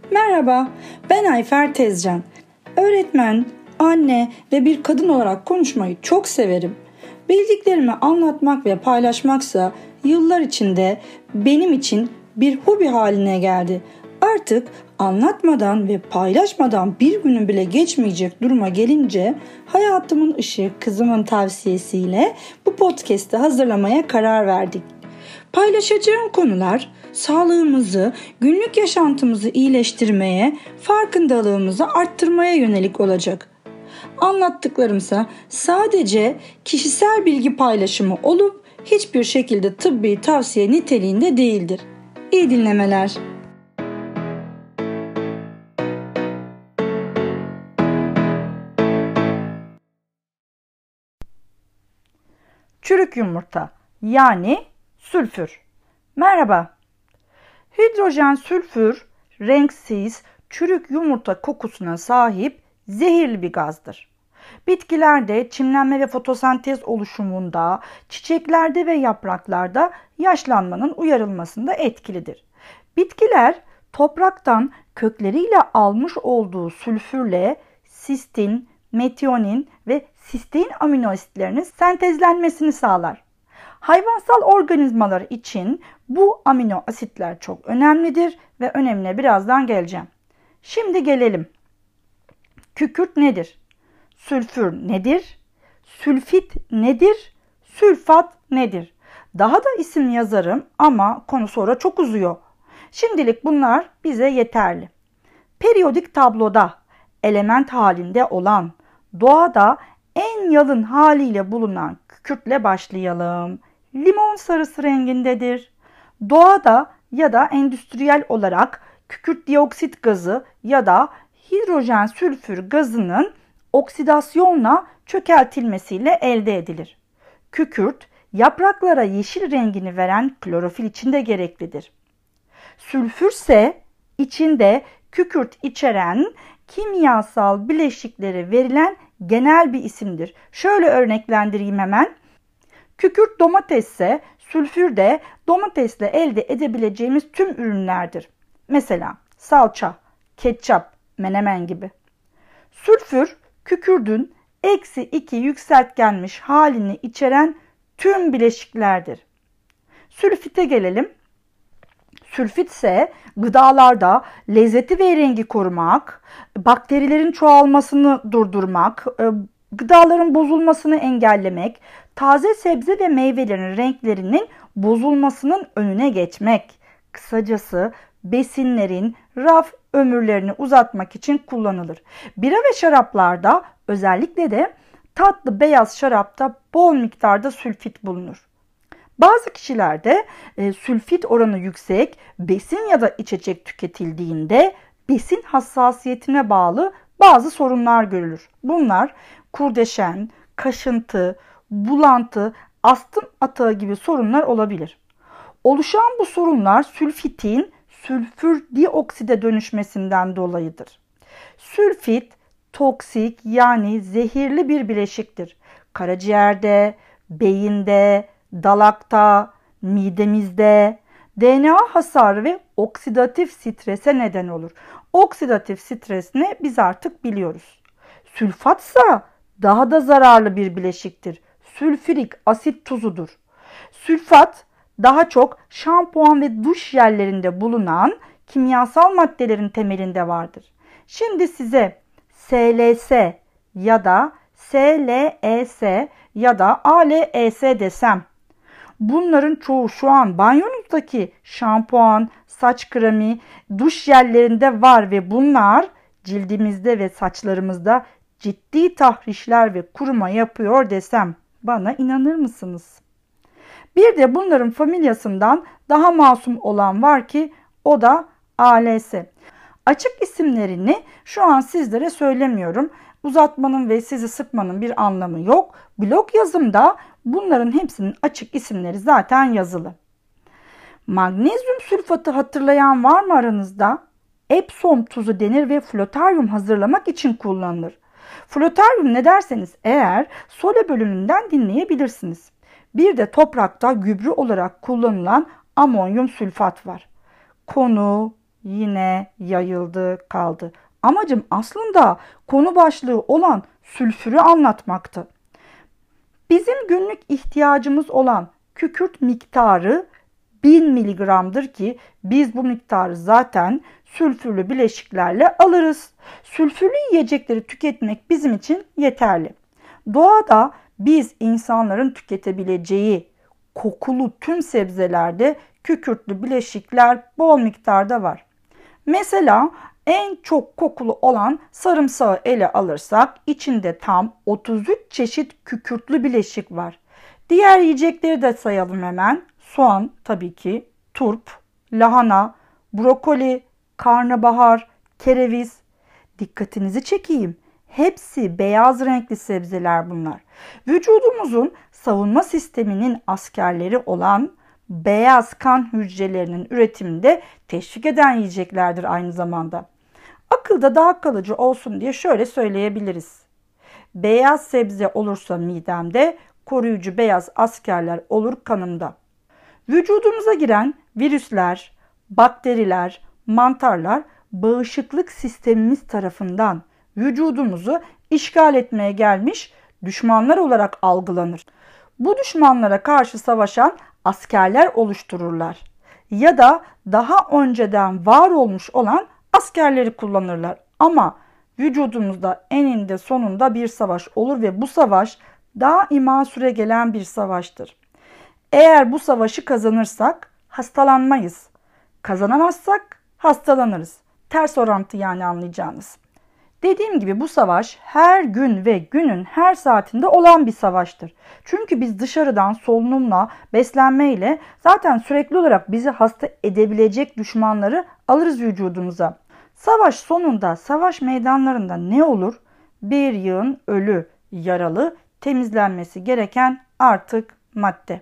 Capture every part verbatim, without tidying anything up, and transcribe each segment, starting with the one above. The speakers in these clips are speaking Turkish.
Merhaba, ben Ayfer Tezcan. Öğretmen, anne ve bir kadın olarak konuşmayı çok severim. Bildiklerimi anlatmak ve paylaşmaksa yıllar içinde benim için bir hobi haline geldi. Artık anlatmadan ve paylaşmadan bir günün bile geçmeyecek duruma gelince hayatımın ışığı kızımın tavsiyesiyle bu podcast'ı hazırlamaya karar verdik. Paylaşacağım konular sağlığımızı, günlük yaşantımızı iyileştirmeye, farkındalığımızı arttırmaya yönelik olacak. Anlattıklarımsa sadece kişisel bilgi paylaşımı olup hiçbir şekilde tıbbi tavsiye niteliğinde değildir. İyi dinlemeler. Çürük yumurta yani sülfür. Merhaba. Hidrojen sülfür renksiz, çürük yumurta kokusuna sahip zehirli bir gazdır. Bitkilerde çimlenme ve fotosentez oluşumunda, çiçeklerde ve yapraklarda yaşlanmanın uyarılmasında etkilidir. Bitkiler topraktan kökleriyle almış olduğu sülfürle sistin, metionin ve sistein amino asitlerinin sentezlenmesini sağlar. Hayvansal organizmalar için bu amino asitler çok önemlidir ve önemine birazdan geleceğim. Şimdi gelelim. Kükürt nedir? Sülfür nedir? Sülfit nedir? Sülfat nedir? Daha da isim yazarım ama konu sonra çok uzuyor. Şimdilik bunlar bize yeterli. Periyodik tabloda element halinde olan, doğada en yalın haliyle bulunan kükürtle başlayalım. Limon sarısı rengindedir. Doğada ya da endüstriyel olarak kükürt dioksit gazı ya da hidrojen sülfür gazının oksidasyonla çökeltilmesiyle elde edilir. Kükürt yapraklara yeşil rengini veren klorofil için de gereklidir. Sülfür ise içinde kükürt içeren kimyasal bileşikleri verilen genel bir isimdir. Şöyle örneklendireyim hemen. Kükürt domatesse, sülfür de domatesle elde edebileceğimiz tüm ürünlerdir. Mesela salça, ketçap, menemen gibi. Sülfür, kükürdün eksi iki yükseltgenmiş halini içeren tüm bileşiklerdir. Sülfite gelelim. Sülfit ise gıdalarda lezzeti ve rengi korumak, bakterilerin çoğalmasını durdurmak, gıdaların bozulmasını engellemek, taze sebze ve meyvelerin renklerinin bozulmasının önüne geçmek. Kısacası besinlerin raf ömürlerini uzatmak için kullanılır. Bira ve şaraplarda, özellikle de tatlı beyaz şarapta bol miktarda sülfit bulunur. Bazı kişilerde e, sülfit oranı yüksek besin ya da içecek tüketildiğinde besin hassasiyetine bağlı bazı sorunlar görülür. Bunlar kurdeşen, kaşıntı, bulantı, astım atağı gibi sorunlar olabilir. Oluşan bu sorunlar sülfitin sülfür diokside dönüşmesinden dolayıdır. Sülfit toksik yani zehirli bir bileşiktir. Karaciğerde, beyinde, dalakta, midemizde D N A hasarı ve oksidatif strese neden olur. Oksidatif stres ne? Biz artık biliyoruz. Sülfatsa daha da zararlı bir bileşiktir. Sülfürik asit tuzudur. Sülfat daha çok şampuan ve duş jellerinde bulunan kimyasal maddelerin temelinde vardır. Şimdi size S L S ya da S L E S ya da A L E S desem, bunların çoğu şu an banyonuzdaki şampuan, saç kremi, duş jellerinde var ve bunlar cildimizde ve saçlarımızda ciddi tahrişler ve kuruma yapıyor desem bana inanır mısınız? Bir de bunların familyasından daha masum olan var ki o da A L S. Açık isimlerini şu an sizlere söylemiyorum. Uzatmanın ve sizi sıkmanın bir anlamı yok. Blog yazımda bunların hepsinin açık isimleri zaten yazılı. Magnezyum sülfatı hatırlayan var mı aranızda? Epsom tuzu denir ve flotaryum hazırlamak için kullanılır. Flotaryum ne derseniz eğer Sole bölümünden dinleyebilirsiniz. Bir de toprakta gübre olarak kullanılan amonyum sülfat var. Konu yine yayıldı kaldı. Amacım aslında konu başlığı olan sülfürü anlatmaktı. Bizim günlük ihtiyacımız olan kükürt miktarı bin miligramdır ki biz bu miktarı zaten sülfürlü bileşiklerle alırız. Sülfürlü yiyecekleri tüketmek bizim için yeterli. Doğada biz insanların tüketebileceği kokulu tüm sebzelerde kükürtlü bileşikler bol miktarda var. Mesela en çok kokulu olan sarımsağı ele alırsak içinde tam otuz üç çeşit kükürtlü bileşik var. Diğer yiyecekleri de sayalım hemen. Soğan tabii ki, turp, lahana, brokoli, karnabahar, kereviz. Dikkatinizi çekeyim. Hepsi beyaz renkli sebzeler bunlar. Vücudumuzun savunma sisteminin askerleri olan beyaz kan hücrelerinin üretimini de teşvik eden yiyeceklerdir aynı zamanda. Akılda daha kalıcı olsun diye şöyle söyleyebiliriz. Beyaz sebze olursa midemde, koruyucu beyaz askerler olur kanımda. Vücudumuza giren virüsler, bakteriler, mantarlar bağışıklık sistemimiz tarafından vücudumuzu işgal etmeye gelmiş düşmanlar olarak algılanır. Bu düşmanlara karşı savaşan askerler oluştururlar ya da daha önceden var olmuş olan askerleri kullanırlar. Ama vücudumuzda eninde sonunda bir savaş olur ve bu savaş daima süregelen bir savaştır. Eğer bu savaşı kazanırsak hastalanmayız. Kazanamazsak hastalanırız. Ters orantı yani anlayacağınız. Dediğim gibi bu savaş her gün ve günün her saatinde olan bir savaştır. Çünkü biz dışarıdan solunumla, beslenmeyle zaten sürekli olarak bizi hasta edebilecek düşmanları alırız vücudumuza. Savaş sonunda, savaş meydanlarında ne olur? Bir yığın ölü, yaralı, temizlenmesi gereken artık madde.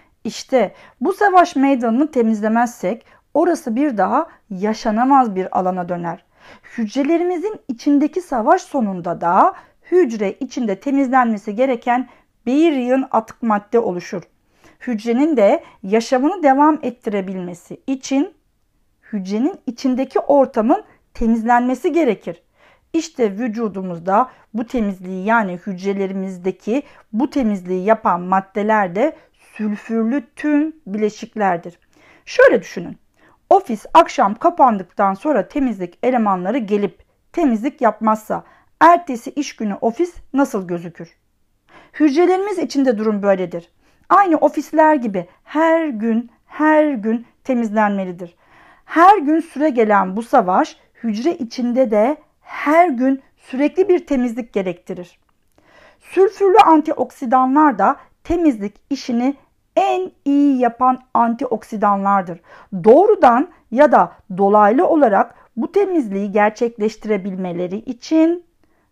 İşte bu savaş meydanını temizlemezsek orası bir daha yaşanamaz bir alana döner. Hücrelerimizin içindeki savaş sonunda da hücre içinde temizlenmesi gereken bir yığın atık madde oluşur. Hücrenin de yaşamını devam ettirebilmesi için hücrenin içindeki ortamın temizlenmesi gerekir. İşte vücudumuzda bu temizliği yani hücrelerimizdeki bu temizliği yapan maddeler de sülfürlü tüm bileşiklerdir. Şöyle düşünün. Ofis akşam kapandıktan sonra temizlik elemanları gelip temizlik yapmazsa ertesi iş günü ofis nasıl gözükür? Hücrelerimiz içinde durum böyledir. Aynı ofisler gibi her gün her gün temizlenmelidir. Her gün süre gelen bu savaş hücre içinde de her gün sürekli bir temizlik gerektirir. Sülfürlü antioksidanlar da temizlik işini en iyi yapan antioksidanlardır. Doğrudan ya da dolaylı olarak bu temizliği gerçekleştirebilmeleri için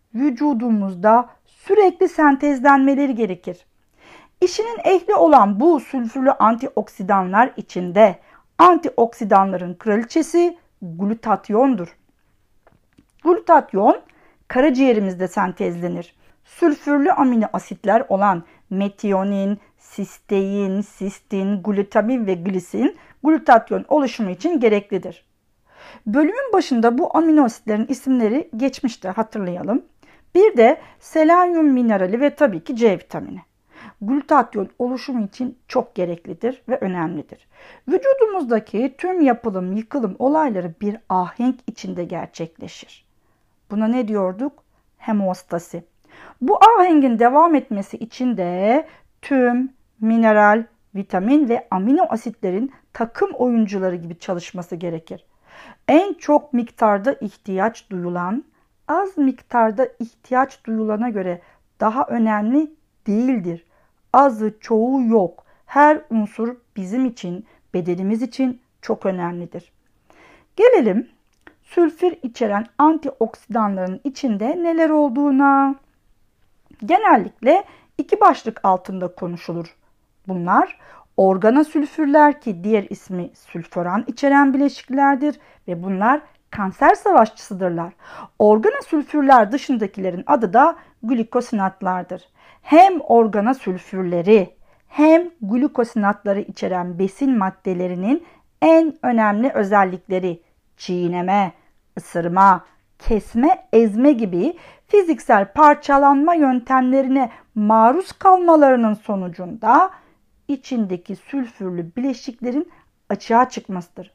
vücudumuzda sürekli sentezlenmeleri gerekir. İşinin ehli olan bu sülfürlü antioksidanlar içinde antioksidanların kraliçesi glutatyondur. Glutatyon karaciğerimizde sentezlenir. Sülfürlü amino asitler olan metiyonin, sistein, sistin, glutamin ve glisin glutatyon oluşumu için gereklidir. Bölümün başında bu amino asitlerin isimleri geçmişti, hatırlayalım. Bir de selenyum minerali ve tabii ki C vitamini. Glutatyon oluşumu için çok gereklidir ve önemlidir. Vücudumuzdaki tüm yapılım, yıkılım olayları bir ahenk içinde gerçekleşir. Buna ne diyorduk? Hemostasi. Bu ahengin devam etmesi için de tüm mineral, vitamin ve amino asitlerin takım oyuncuları gibi çalışması gerekir. En çok miktarda ihtiyaç duyulan, az miktarda ihtiyaç duyulana göre daha önemli değildir. Azı çoğu yok. Her unsur bizim için, bedenimiz için çok önemlidir. Gelelim sülfür içeren antioksidanların içinde neler olduğuna. Genellikle iki başlık altında konuşulur. Bunlar organosülfürler ki diğer ismi sülforan içeren bileşiklerdir ve bunlar kanser savaşçısıdırlar. Organosülfürler dışındakilerin adı da glikosinatlardır. Hem organosülfürleri hem glikosinatları içeren besin maddelerinin en önemli özellikleri çiğneme, ısırma, kesme, ezme gibi fiziksel parçalanma yöntemlerine maruz kalmalarının sonucunda içindeki sülfürlü bileşiklerin açığa çıkmasıdır.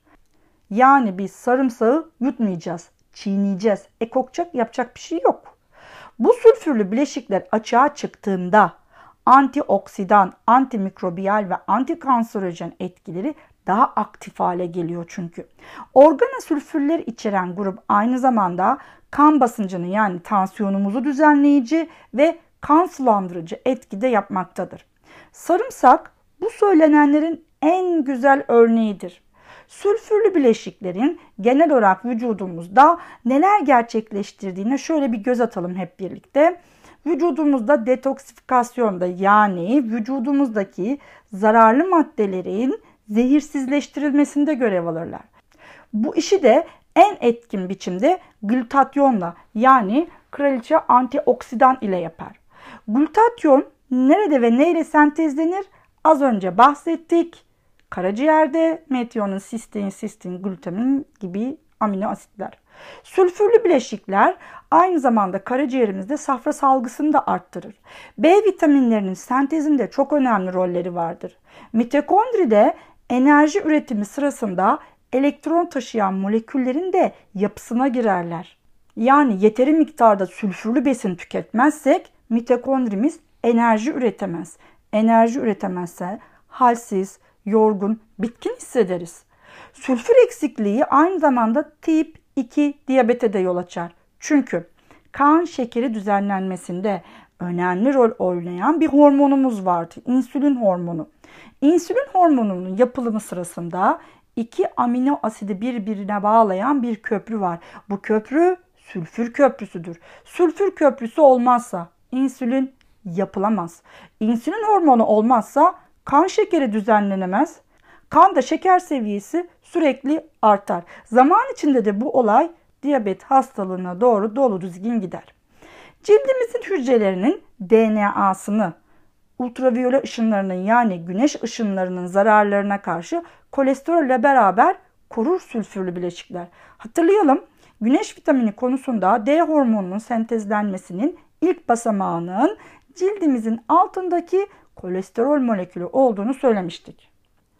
Yani biz sarımsağı yutmayacağız, çiğneyeceğiz. E kokacak, yapacak bir şey yok. Bu sülfürlü bileşikler açığa çıktığında antioksidan, antimikrobiyal ve antikanserojen etkileri daha aktif hale geliyor çünkü. Organosülfürler içeren grup aynı zamanda kan basıncını yani tansiyonumuzu düzenleyici ve kan sulandırıcı etkide yapmaktadır. Sarımsak bu söylenenlerin en güzel örneğidir. Sülfürlü bileşiklerin genel olarak vücudumuzda neler gerçekleştirdiğine şöyle bir göz atalım hep birlikte. Vücudumuzda detoksifikasyonda yani vücudumuzdaki zararlı maddelerin zehirsizleştirilmesinde görev alırlar. Bu işi de en etkin biçimde glutatyonla yani kraliçe antioksidan ile yapar. Glutatyon nerede ve neyle sentezlenir? Az önce bahsettik. Karaciğerde metionin, sistein, sistin, glutamin gibi amino asitler. Sülfürlü bileşikler aynı zamanda karaciğerimizde safra salgısını da arttırır. B vitaminlerinin sentezinde çok önemli rolleri vardır. Mitokondride enerji üretimi sırasında elektron taşıyan moleküllerin de yapısına girerler. Yani yeteri miktarda sülfürlü besin tüketmezsek mitokondrimiz enerji üretemez. Enerji üretemezse halsiz, yorgun, bitkin hissederiz. Sülfür eksikliği aynı zamanda tip iki diyabete de yol açar. Çünkü kan şekeri düzenlenmesinde önemli rol oynayan bir hormonumuz vardır. İnsülin hormonu. İnsülin hormonunun yapılımı sırasında iki amino asidi birbirine bağlayan bir köprü var. Bu köprü sülfür köprüsüdür. Sülfür köprüsü olmazsa insülin yapılamaz. İnsülin hormonu olmazsa kan şekeri düzenlenemez. Kanda şeker seviyesi sürekli artar. Zaman içinde de bu olay diyabet hastalığına doğru dolu düzgün gider. Cildimizin hücrelerinin D N A'sını ultraviyole ışınlarının yani güneş ışınlarının zararlarına karşı kolesterolle beraber korur sülfürlü bileşikler. Hatırlayalım, güneş vitamini konusunda D hormonunun sentezlenmesinin ilk basamağının cildimizin altındaki kolesterol molekülü olduğunu söylemiştik.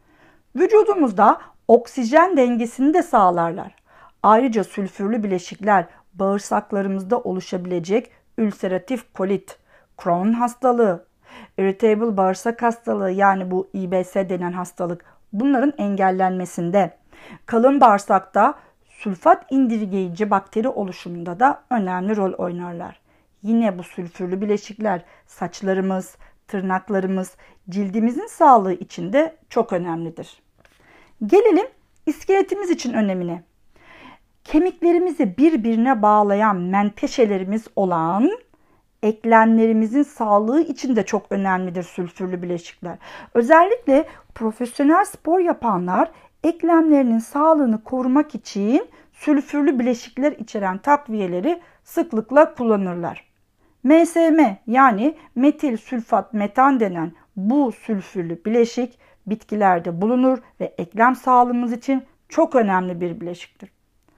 Vücudumuzda oksijen dengesini de sağlarlar. Ayrıca sülfürlü bileşikler bağırsaklarımızda oluşabilecek ülseratif kolit, Crohn hastalığı, irritable bağırsak hastalığı yani bu İ B S denen hastalık bunların engellenmesinde, kalın bağırsakta sülfat indirgeyici bakteri oluşumunda da önemli rol oynarlar. Yine bu sülfürlü bileşikler saçlarımız, tırnaklarımız, cildimizin sağlığı için de çok önemlidir. Gelelim iskeletimiz için önemine. Kemiklerimizi birbirine bağlayan menteşelerimiz olan eklemlerimizin sağlığı için de çok önemlidir sülfürlü bileşikler. Özellikle profesyonel spor yapanlar eklemlerinin sağlığını korumak için sülfürlü bileşikler içeren takviyeleri sıklıkla kullanırlar. M S M yani metil sülfat metan denen bu sülfürlü bileşik bitkilerde bulunur ve eklem sağlığımız için çok önemli bir bileşiktir.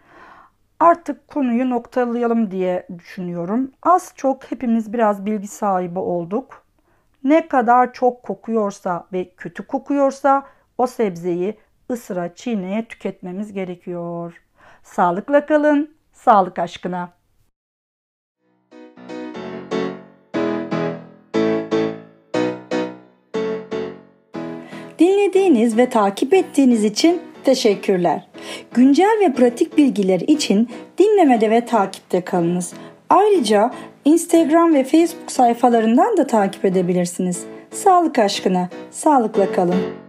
Artık konuyu noktalayalım diye düşünüyorum. Az çok hepimiz biraz bilgi sahibi olduk. Ne kadar çok kokuyorsa ve kötü kokuyorsa o sebzeyi ısıra çiğneye tüketmemiz gerekiyor. Sağlıkla kalın, sağlık aşkına. Dinlediğiniz ve takip ettiğiniz için teşekkürler. Güncel ve pratik bilgiler için dinlemede ve takipte kalınız. Ayrıca Instagram ve Facebook sayfalarından da takip edebilirsiniz. Sağlık aşkına, sağlıkla kalın.